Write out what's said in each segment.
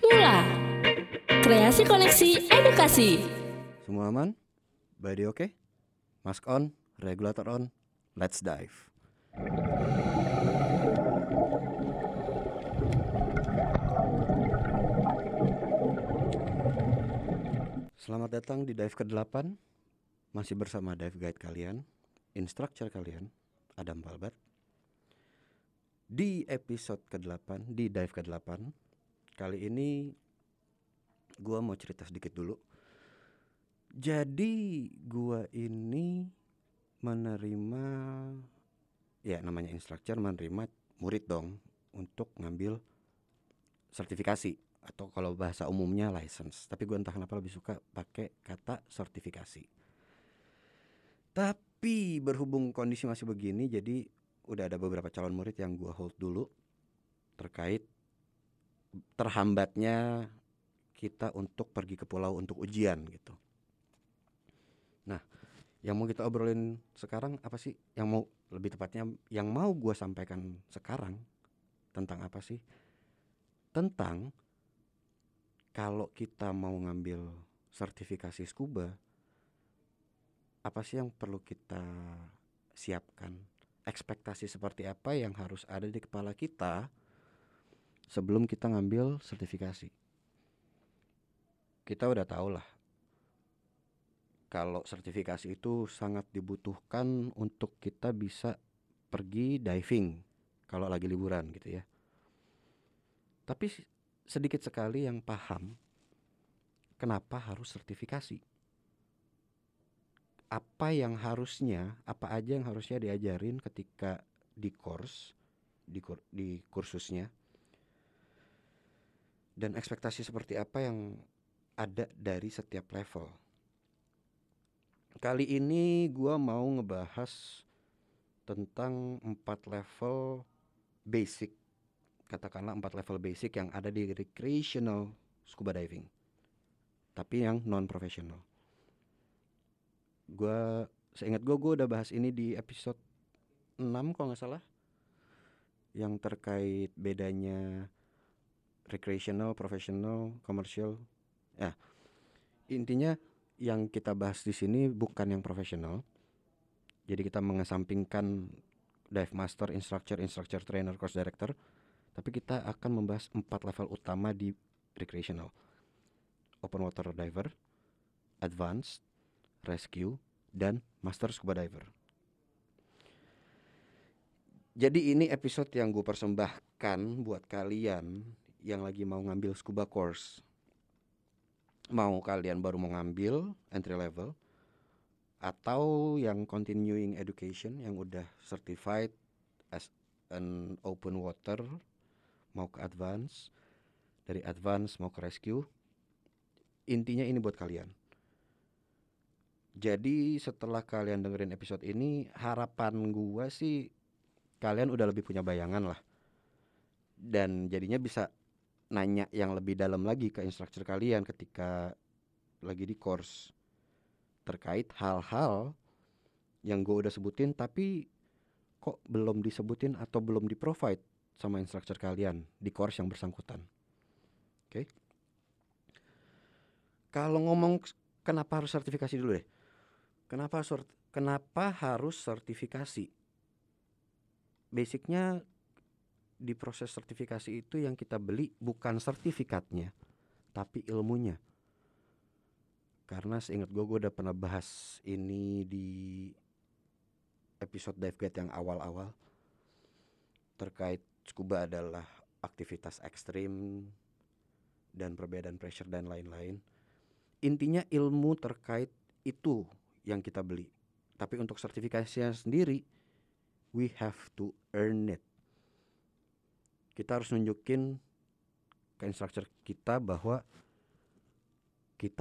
Mula, kreasi koneksi edukasi. Semua aman? Body oke? Mask on, regulator on, let's dive. Selamat datang di dive ke-8. Masih bersama dive guide kalian, instructor kalian, Adam Palbat. Di episode ke-8, di dive ke-8, kali ini gua mau cerita sedikit dulu. Jadi gua ini menerima, ya namanya instructor, menerima murid dong untuk ngambil sertifikasi, atau kalau bahasa umumnya license. Tapi gue entah kenapa lebih suka pakai kata sertifikasi. Tapi berhubung kondisi masih begini, jadi udah ada beberapa calon murid yang gue hold dulu terkait terhambatnya kita untuk pergi ke pulau untuk ujian gitu. Nah, yang mau kita obrolin sekarang apa sih? Yang mau, lebih tepatnya yang mau gue sampaikan sekarang tentang apa sih? Tentang kalau kita mau ngambil sertifikasi scuba, apa sih yang perlu kita siapkan? Ekspektasi seperti apa yang harus ada di kepala kita sebelum kita ngambil sertifikasi? Kita udah tahu lah kalau sertifikasi itu sangat dibutuhkan untuk kita bisa pergi diving kalau lagi liburan gitu ya. Tapi sedikit sekali yang paham kenapa harus sertifikasi. Apa aja yang harusnya diajarin ketika di course, di kursusnya, dan ekspektasi seperti apa yang ada dari setiap level. Kali ini gua mau ngebahas tentang 4 level basic, katakanlah 4 level basic yang ada di recreational scuba diving, tapi yang non-professional. Seingat gue udah bahas ini di episode 6 kalau gak salah, yang terkait bedanya recreational, professional, commercial. Ya, intinya yang kita bahas di sini bukan yang profesional. Jadi kita mengesampingkan dive master, instructor, trainer, course director, tapi kita akan membahas 4 level utama di recreational: open water diver, advanced, rescue, dan master scuba diver. Jadi ini episode yang gue persembahkan buat kalian yang lagi mau ngambil scuba course. Mau kalian baru mau ngambil entry level, atau yang continuing education yang udah certified as an open water, mau ke advance, dari advance mau ke rescue. Intinya ini buat kalian. Jadi setelah kalian dengerin episode ini, harapan gua sih kalian udah lebih punya bayangan lah, dan jadinya bisa nanya yang lebih dalam lagi ke instruktur kalian ketika lagi di course terkait hal-hal yang gue udah sebutin tapi kok belum disebutin atau belum di-provide sama instruktur kalian di course yang bersangkutan. Oke. Kalau ngomong kenapa harus sertifikasi dulu deh. Kenapa harus sertifikasi? Basicnya di proses sertifikasi itu yang kita beli bukan sertifikatnya, tapi ilmunya. Karena seingat gue udah pernah bahas ini di episode dive guide yang awal-awal, terkait scuba adalah aktivitas ekstrim dan perbedaan pressure dan lain-lain. Intinya ilmu terkait itu yang kita beli. Tapi untuk sertifikasinya sendiri, we have to earn it. Kita harus nunjukin ke instruktur kita bahwa kita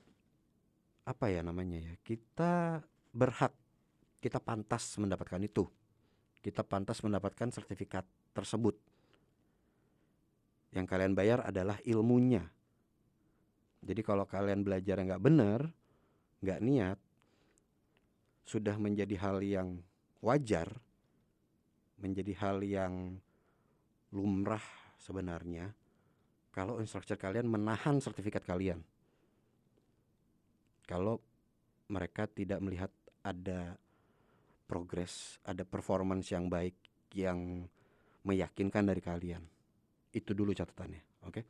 kita berhak, kita pantas mendapatkan itu. Kita pantas mendapatkan sertifikat tersebut. Yang kalian bayar adalah ilmunya. Jadi kalau kalian belajar yang gak benar, gak niat, sudah menjadi hal yang wajar, menjadi hal yang lumrah sebenarnya, kalau instructor kalian menahan sertifikat kalian, kalau mereka tidak melihat ada progres, ada performance yang baik, yang meyakinkan dari kalian. Itu dulu catatannya. Oke.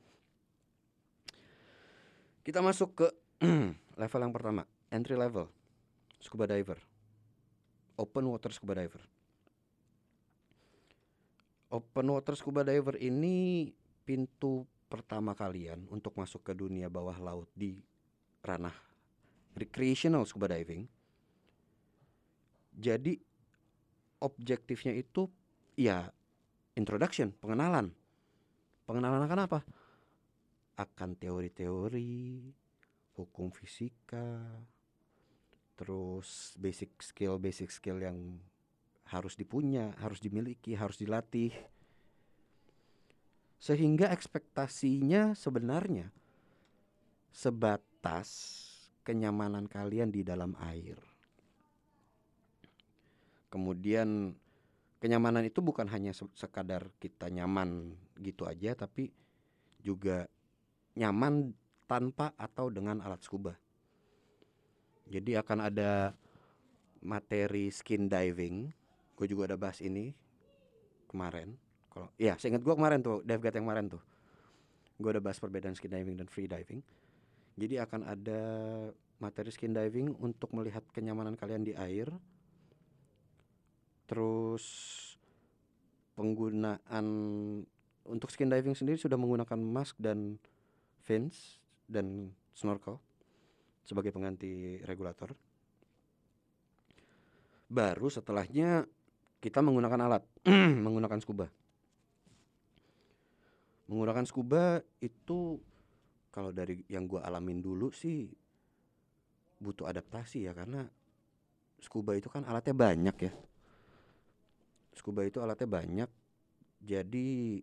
Kita masuk ke level yang pertama, entry level scuba diver, open water scuba diver. Open water scuba diver ini pintu pertama kalian untuk masuk ke dunia bawah laut di ranah recreational scuba diving. Jadi objektifnya itu ya introduction, pengenalan. Pengenalan akan apa? Akan teori-teori, hukum fisika, terus basic skill yang harus dipunya, harus dimiliki, harus dilatih. Sehingga ekspektasinya sebenarnya sebatas kenyamanan kalian di dalam air. Kemudian kenyamanan itu bukan hanya sekadar kita nyaman gitu aja, tapi juga nyaman tanpa atau dengan alat scuba. Jadi akan ada materi skin diving. Gue juga ada bahas ini kemarin. Kalau ya, seingat gue kemarin tuh, dive guide yang kemarin tuh, gue udah bahas perbedaan skin diving dan free diving. Jadi akan ada materi skin diving untuk melihat kenyamanan kalian di air. Terus penggunaan untuk skin diving sendiri sudah menggunakan mask dan fins dan snorkel sebagai pengganti regulator. Baru setelahnya kita menggunakan alat, menggunakan scuba. Menggunakan scuba itu kalau dari yang gue alamin dulu sih butuh adaptasi ya, karena scuba itu kan alatnya banyak ya. Scuba itu alatnya banyak. Jadi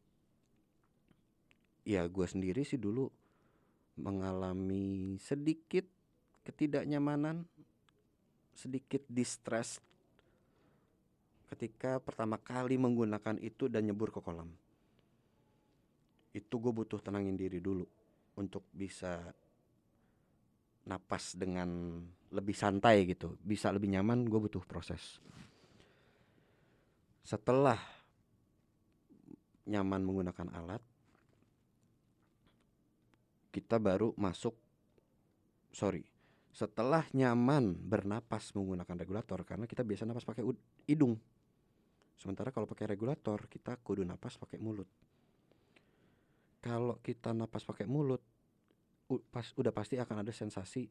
ya gue sendiri sih dulu mengalami sedikit ketidaknyamanan, sedikit distress ketika pertama kali menggunakan itu dan nyebur ke kolam. Itu gue butuh tenangin diri dulu untuk bisa napas dengan lebih santai gitu, bisa lebih nyaman. Gue butuh proses. Setelah nyaman menggunakan alat, kita baru masuk. Setelah nyaman bernapas menggunakan regulator, karena kita biasa napas pakai hidung. Sementara kalau pakai regulator kita kudu napas pakai mulut. Kalau kita napas pakai mulut, udah pasti akan ada sensasi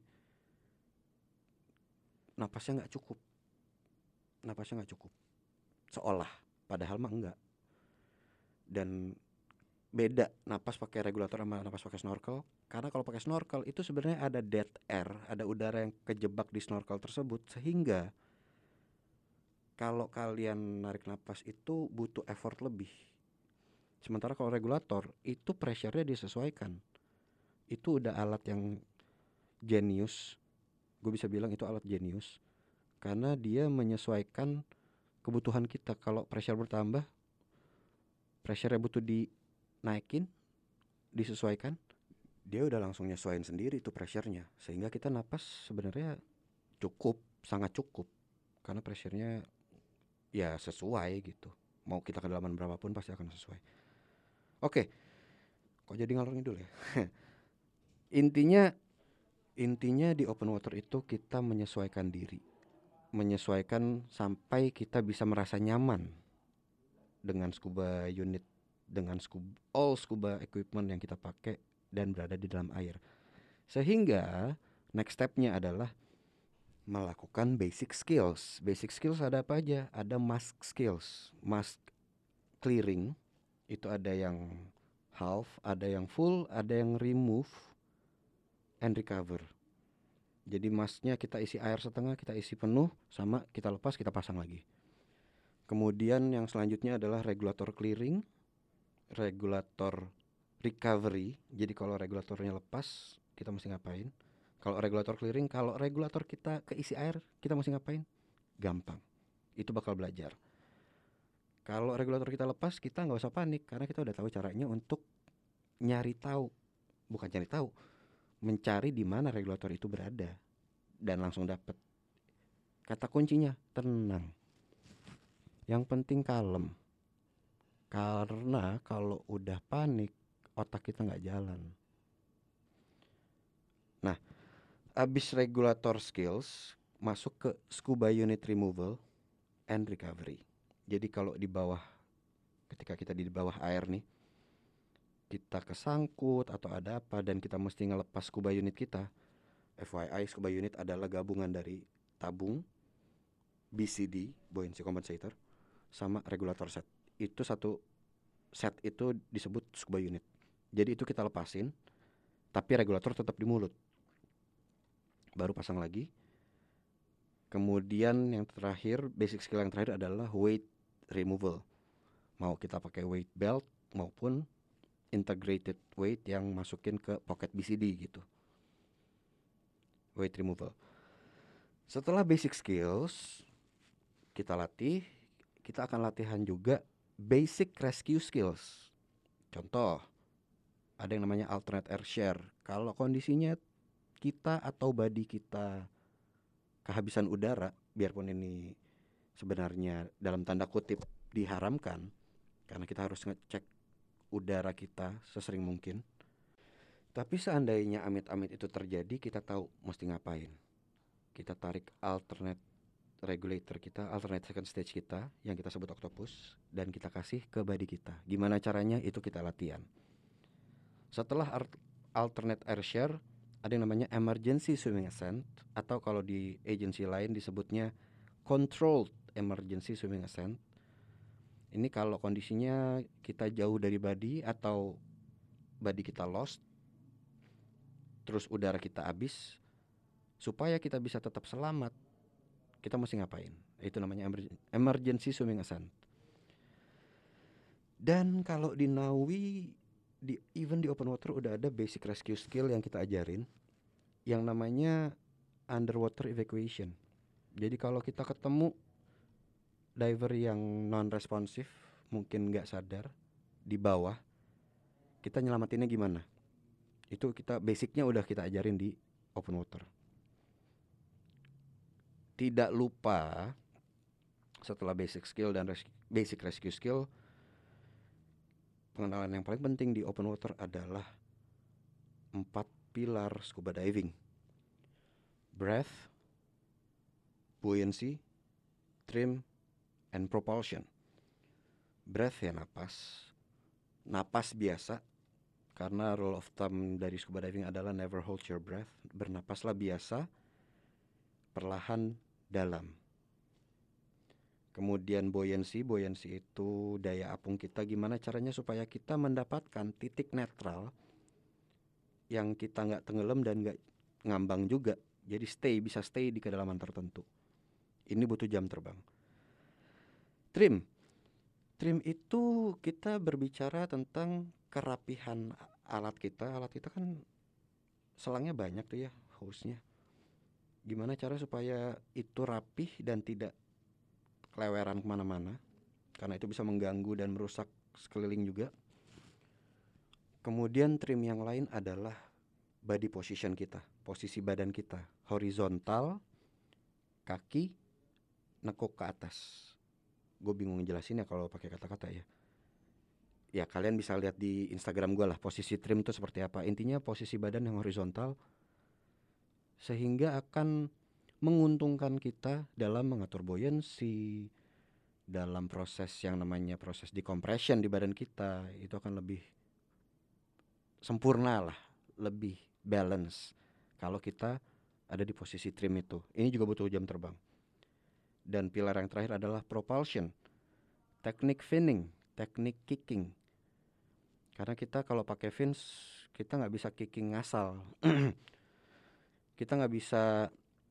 napasnya nggak cukup, seolah, padahal mah enggak. Dan beda napas pakai regulator sama napas pakai snorkel, karena kalau pakai snorkel itu sebenarnya ada dead air, ada udara yang kejebak di snorkel tersebut, sehingga kalau kalian narik napas itu butuh effort lebih. Sementara kalau regulator itu pressure-nya disesuaikan. Itu udah alat yang jenius. Gue bisa bilang itu alat jenius karena dia menyesuaikan kebutuhan kita. Kalau pressure bertambah, pressure-nya butuh dinaikin, disesuaikan, dia udah langsung nyesuaiin sendiri tuh pressure-nya. Sehingga kita napas sebenarnya cukup, sangat cukup. Karena pressure-nya ya sesuai gitu. Mau kita kedalaman berapapun pasti akan sesuai. Oke. Kok jadi ngalor ngidul ya? Intinya di open water itu kita menyesuaikan diri. Menyesuaikan sampai kita bisa merasa nyaman dengan scuba unit, dengan all scuba equipment yang kita pakai dan berada di dalam air. Sehingga next step-nya adalah melakukan basic skills. Basic skills ada apa aja? Ada mask skills, mask clearing. Itu ada yang half, ada yang full, ada yang remove and recover. Jadi masknya kita isi air setengah, kita isi penuh, sama kita lepas, kita pasang lagi. Kemudian yang selanjutnya adalah regulator clearing, regulator recovery. Jadi kalau regulatornya lepas, kita mesti ngapain? Kalau regulator clearing, kalau regulator kita keisi air, kita mesti ngapain? Gampang. Itu bakal belajar. Kalau regulator kita lepas, kita nggak usah panik karena kita udah tahu caranya untuk mencari di mana regulator itu berada dan langsung dapat. Kata kuncinya tenang. Yang penting kalem. Karena kalau udah panik, otak kita nggak jalan. Nah, abis regulator skills, masuk ke scuba unit removal and recovery. Jadi kalau ketika kita di bawah air nih, kita kesangkut atau ada apa dan kita mesti ngelepas scuba unit kita. FYI, scuba unit adalah gabungan dari tabung, BCD, buoyancy compensator, sama regulator set. Itu satu set itu disebut scuba unit. Jadi itu kita lepasin, tapi regulator tetap di mulut. Baru pasang lagi. Kemudian yang terakhir, basic skill yang terakhir adalah weight removal. Mau kita pakai weight belt maupun integrated weight yang masukin ke pocket BCD gitu. Weight removal. Setelah basic skills kita latih, kita akan latihan juga basic rescue skills. Contoh, ada yang namanya alternate air share. Kalau kondisinya kita atau body kita kehabisan udara, biarpun ini sebenarnya dalam tanda kutip diharamkan, karena kita harus ngecek udara kita sesering mungkin. Tapi seandainya amit-amit itu terjadi, kita tahu mesti ngapain. Kita tarik alternate regulator kita, alternate second stage kita yang kita sebut octopus, dan kita kasih ke body kita. Gimana caranya? Itu kita latihan. Setelah alternate air share, ada yang namanya emergency swimming ascent, atau kalau di agency lain disebutnya controlled emergency swimming ascent. Ini kalau kondisinya kita jauh dari body atau body kita lost, terus udara kita habis, supaya kita bisa tetap selamat, kita mesti ngapain? Itu namanya emergency swimming ascent. Dan kalau di Nawi, even di open water udah ada basic rescue skill yang kita ajarin, yang namanya underwater evacuation. Jadi kalau kita ketemu diver yang non-responsif, mungkin nggak sadar di bawah, kita nyelamatinnya gimana? Itu kita basicnya udah kita ajarin di open water. Tidak lupa, setelah basic skill dan basic rescue skill, pengenalan yang paling penting di open water adalah 4 pilar scuba diving: breath, buoyancy, trim, and propulsion. Breath ya napas biasa, karena rule of thumb dari scuba diving adalah never hold your breath. Bernapaslah biasa, perlahan, dalam. Kemudian buoyancy itu daya apung kita, gimana caranya supaya kita mendapatkan titik netral yang kita nggak tenggelam dan nggak ngambang juga. Jadi bisa stay di kedalaman tertentu. Ini butuh jam terbang. Trim itu kita berbicara tentang kerapihan alat kita. Alat kita kan selangnya banyak tuh ya, hose-nya. Gimana cara supaya itu rapih dan tidak keleweran kemana-mana, karena itu bisa mengganggu dan merusak sekeliling juga. Kemudian trim yang lain adalah body position kita, posisi badan kita, horizontal, kaki nekuk ke atas. Gue bingung ngejelasin ya kalau pakai kata-kata ya. Ya kalian bisa lihat di Instagram gue lah, posisi trim itu seperti apa. Intinya posisi badan yang horizontal, sehingga akan menguntungkan kita dalam mengatur buoyancy, dalam proses yang namanya proses decompression di badan kita. Itu akan lebih sempurna lah, lebih balance kalau kita ada di posisi trim itu. Ini juga butuh jam terbang. Dan pilar yang terakhir adalah propulsion, teknik finning, teknik kicking. Karena kita kalau pakai fins, kita nggak bisa kicking ngasal. Kita nggak bisa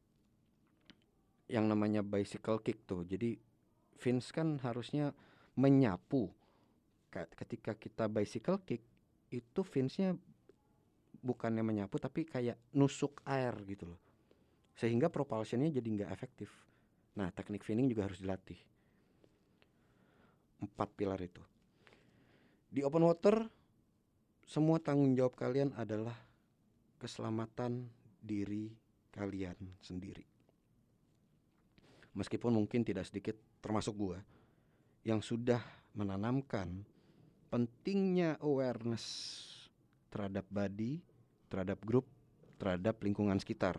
yang namanya bicycle kick tuh. Jadi fins kan harusnya menyapu. Ketika kita bicycle kick, itu finsnya bukannya menyapu tapi kayak nusuk air gitu loh, sehingga propulsionnya jadi nggak efektif. Nah, teknik finning juga harus dilatih. 4 pilar itu. Di open water semua tanggung jawab kalian adalah keselamatan diri kalian sendiri. Meskipun mungkin tidak sedikit termasuk gua yang sudah menanamkan pentingnya awareness terhadap body, terhadap grup, terhadap lingkungan sekitar.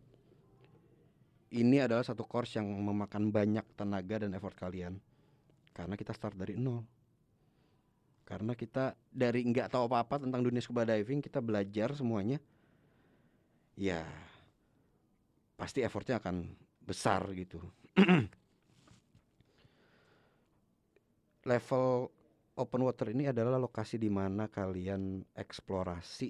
Ini adalah satu course yang memakan banyak tenaga dan effort kalian, karena kita start dari nol. Karena kita dari nggak tahu apa-apa tentang dunia scuba diving, kita belajar semuanya. Ya pasti effortnya akan besar gitu. Level open water ini adalah lokasi di mana kalian eksplorasi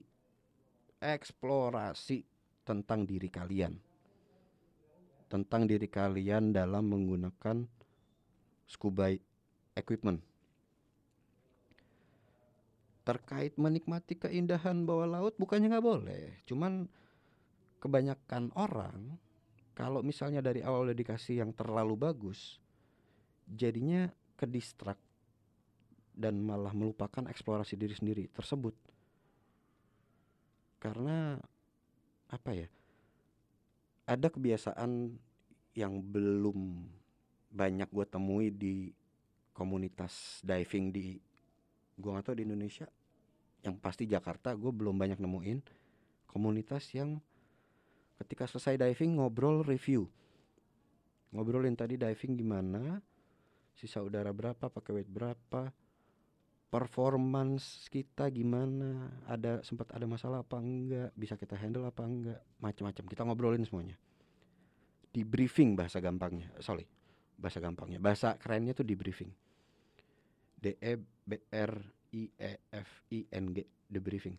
tentang diri kalian. Tentang diri kalian dalam menggunakan scuba equipment. Terkait menikmati keindahan bawah laut bukannya nggak boleh. Cuman kebanyakan orang kalau misalnya dari awal udah dikasih yang terlalu bagus, jadinya ke-distract dan malah melupakan eksplorasi diri sendiri tersebut. Karena apa ya, ada kebiasaan yang belum banyak gue temui di komunitas diving di, gue gak tahu di Indonesia, yang pasti Jakarta gue belum banyak nemuin komunitas yang ketika selesai diving ngobrol review, ngobrolin tadi diving gimana, sisa udara berapa, pakai weight berapa, performance kita gimana, sempat ada masalah apa enggak, bisa kita handle apa enggak, macam-macam kita ngobrolin semuanya. Debriefing bahasa kerennya tuh debriefing. DEBRIEFING, debriefing.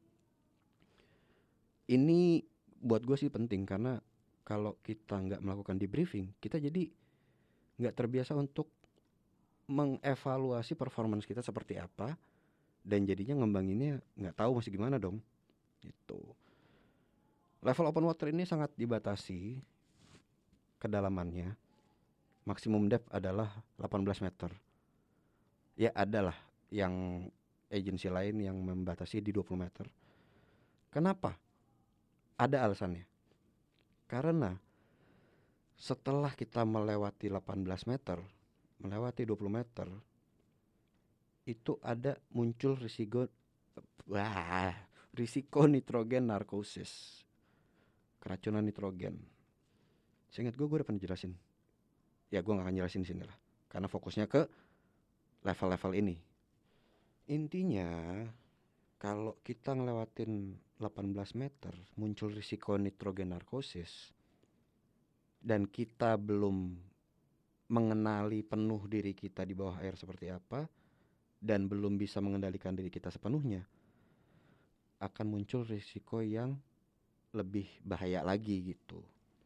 Ini buat gue sih penting, karena kalau kita nggak melakukan debriefing, kita jadi nggak terbiasa untuk mengevaluasi performance kita seperti apa, dan jadinya ngembanginnya nggak tahu masih gimana dong. Itu level open water ini sangat dibatasi kedalamannya. Maksimum depth adalah 18 meter. Ya adalah yang agensi lain yang membatasi di 20 meter. Kenapa? Ada alasannya. Karena setelah kita melewati 18 meter, melewati 20 meter, itu ada muncul risiko nitrogen narkosis, keracunan nitrogen. Seingat gue udah pernah jelasin. Ya gue gak akan jelasin di sini lah, karena fokusnya ke level-level ini. Intinya kalau kita ngelewatin 18 meter muncul risiko nitrogen narkosis, dan kita belum mengenali penuh diri kita di bawah air seperti apa, dan belum bisa mengendalikan diri kita sepenuhnya, akan muncul risiko yang lebih bahaya lagi gitu.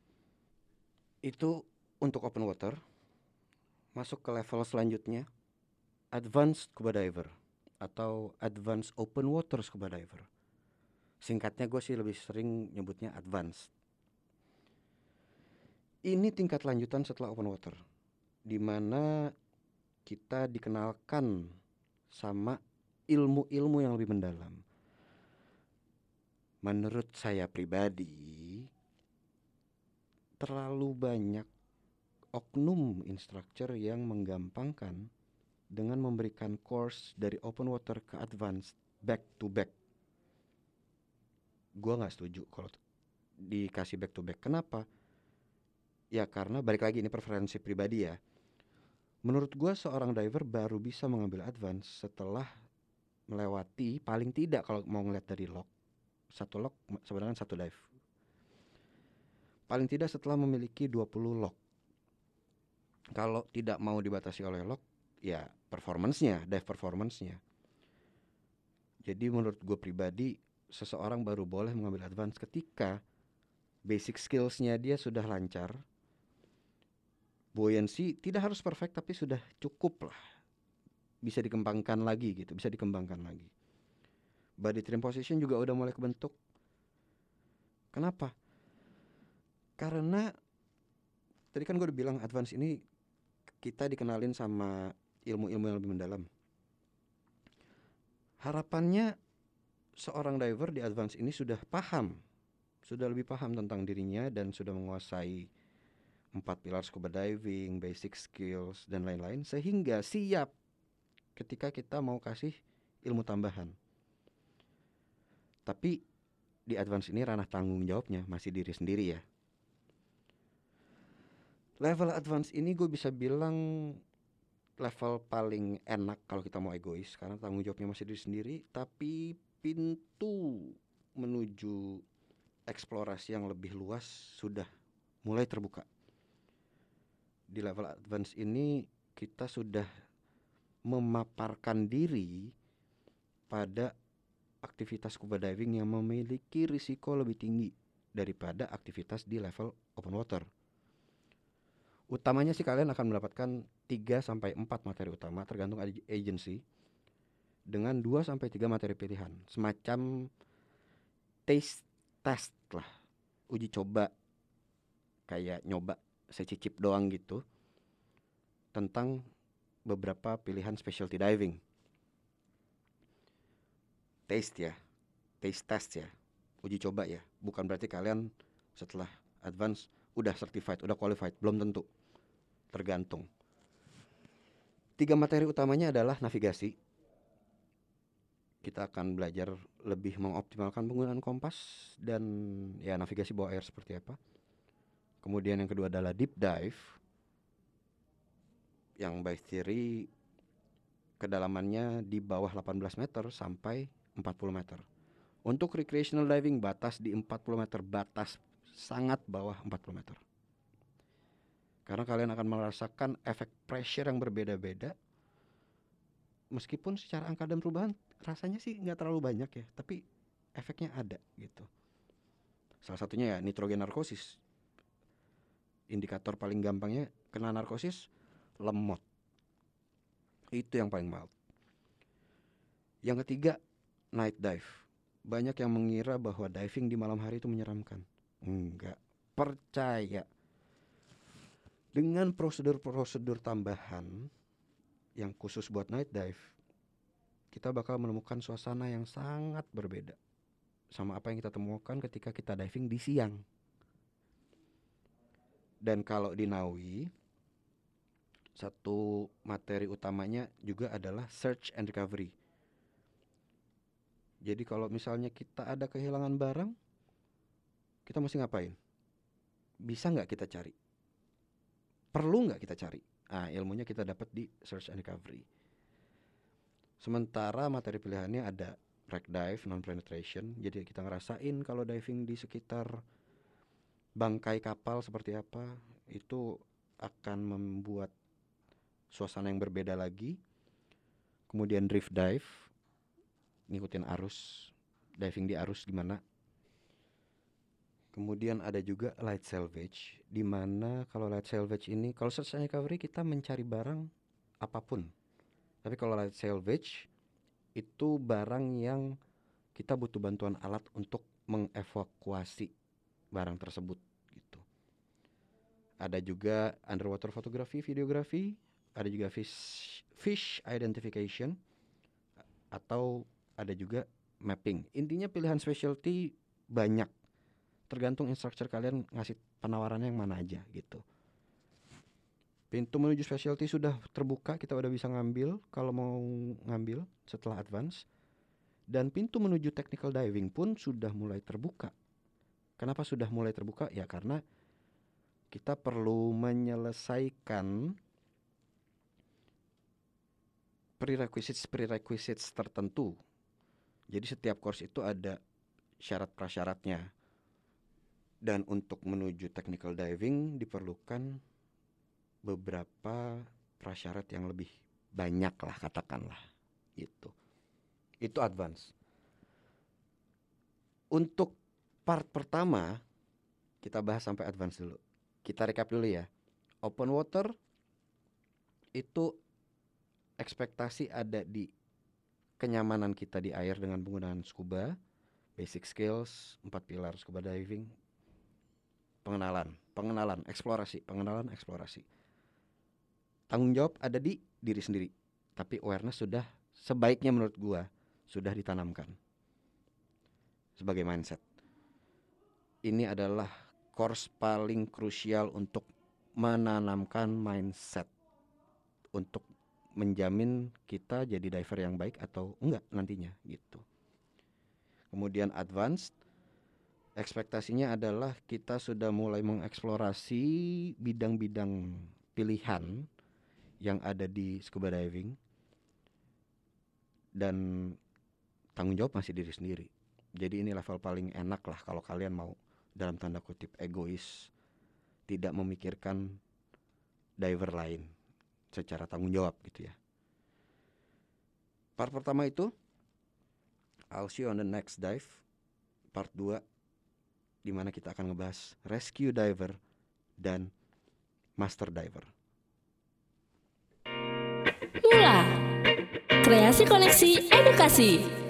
Itu untuk open water. Masuk ke level selanjutnya, advanced scuba diver atau advanced open water scuba diver. Singkatnya gue sih lebih sering nyebutnya advanced. Ini tingkat lanjutan setelah open water, di mana kita dikenalkan sama ilmu-ilmu yang lebih mendalam. Menurut saya pribadi, terlalu banyak oknum instructor yang menggampangkan dengan memberikan course dari open water ke advanced back to back. Gua gak setuju kalau dikasih back to back. Kenapa? Ya karena balik lagi, ini preferensi pribadi ya. Menurut gua seorang diver baru bisa mengambil advance setelah melewati, paling tidak kalau mau ngeliat dari log, satu log sebenarnya satu dive, paling tidak setelah memiliki 20 log. Kalau tidak mau dibatasi oleh log, ya performance-nya, dive performance-nya. Jadi menurut gue pribadi, seseorang baru boleh mengambil advance ketika basic skills-nya dia sudah lancar. Buoyancy tidak harus perfect, tapi sudah cukup lah, bisa dikembangkan lagi gitu, bisa dikembangkan lagi. Body trim position juga udah mulai kebentuk. Kenapa? Karena tadi kan gue udah bilang advance ini kita dikenalin sama ilmu-ilmu yang lebih mendalam. Harapannya seorang diver di advance ini sudah lebih paham tentang dirinya dan sudah menguasai 4 pilar scuba diving, basic skills, dan lain-lain, sehingga siap ketika kita mau kasih ilmu tambahan. Tapi di advance ini ranah tanggung jawabnya masih diri sendiri ya. Level advance ini gue bisa bilang level paling enak kalau kita mau egois, karena tanggung jawabnya masih diri sendiri, tapi pintu menuju eksplorasi yang lebih luas sudah mulai terbuka. Di level advance ini kita sudah memaparkan diri pada aktivitas scuba diving yang memiliki risiko lebih tinggi daripada aktivitas di level open water. Utamanya sih kalian akan mendapatkan 3-4 materi utama tergantung agency, dengan 2-3 materi pilihan, semacam taste test lah, uji coba, kayak nyoba secicip doang gitu tentang beberapa pilihan specialty diving. Taste test ya, uji coba ya, bukan berarti kalian setelah advance udah certified, udah qualified, belum tentu, tergantung. 3 materi utamanya adalah navigasi. Kita akan belajar lebih mengoptimalkan penggunaan kompas dan ya navigasi bawah air seperti apa. Kemudian yang kedua adalah deep dive, yang by theory kedalamannya di bawah 18 meter sampai 40 meter. Untuk recreational diving batas di 40 meter, batas sangat bawah 40 meter. Karena kalian akan merasakan efek pressure yang berbeda-beda. Meskipun secara angka dan perubahan rasanya sih nggak terlalu banyak ya, tapi efeknya ada gitu. Salah satunya ya nitrogen narkosis. Indikator paling gampangnya kena narkosis, lemot. Itu yang paling mild. Yang ketiga, night dive. Banyak yang mengira bahwa diving di malam hari itu menyeramkan. Enggak, percaya. Dengan prosedur-prosedur tambahan yang khusus buat night dive, kita bakal menemukan suasana yang sangat berbeda sama apa yang kita temukan ketika kita diving di siang. Dan kalau di NAUI, satu materi utamanya juga adalah search and recovery. Jadi kalau misalnya kita ada kehilangan barang, kita mesti ngapain? Bisa nggak kita cari? Perlu nggak kita cari? Nah, ilmunya kita dapat di search and recovery. Sementara materi pilihannya ada wreck dive, non-penetration. Jadi kita ngerasain kalau diving di sekitar bangkai kapal seperti apa. Itu akan membuat suasana yang berbeda lagi. Kemudian drift dive, ngikutin arus, diving di arus gimana. Kemudian ada juga light salvage, di mana kalau light salvage ini, kalau search and recovery kita mencari barang apapun. Tapi kalau light salvage itu barang yang kita butuh bantuan alat untuk mengevakuasi barang tersebut gitu. Ada juga underwater photography, videography, ada juga fish identification, atau ada juga mapping. Intinya pilihan specialty banyak, tergantung instructor kalian ngasih penawarannya yang mana aja gitu. Pintu menuju specialty sudah terbuka, kita udah bisa ngambil kalau mau ngambil setelah advance. Dan pintu menuju technical diving pun sudah mulai terbuka. Kenapa sudah mulai terbuka? Ya karena kita perlu menyelesaikan prerequisites tertentu. Jadi setiap course itu ada syarat prasyaratnya. Dan untuk menuju technical diving diperlukan beberapa prasyarat yang lebih banyak lah, katakanlah gitu. Itu advance. Untuk part pertama kita bahas sampai advance dulu. Kita recap dulu ya. Open water itu ekspektasi ada di kenyamanan kita di air dengan penggunaan scuba, basic skills, 4 pilar scuba diving, pengenalan, eksplorasi. Tanggung jawab ada di diri sendiri, tapi awareness sudah sebaiknya menurut gua sudah ditanamkan. sebagai mindset. Ini adalah course paling krusial untuk menanamkan mindset, untuk menjamin kita jadi diver yang baik atau enggak nantinya gitu. Kemudian advanced, ekspektasinya adalah kita sudah mulai mengeksplorasi bidang-bidang pilihan yang ada di scuba diving, dan tanggung jawab masih diri sendiri. Jadi ini level paling enak lah kalau kalian mau dalam tanda kutip egois, tidak memikirkan diver lain secara tanggung jawab gitu ya. Part pertama itu I'll see you on the next dive. Part 2 di mana kita akan ngebahas rescue diver dan master diver. Mula Kreasi Koneksi Edukasi.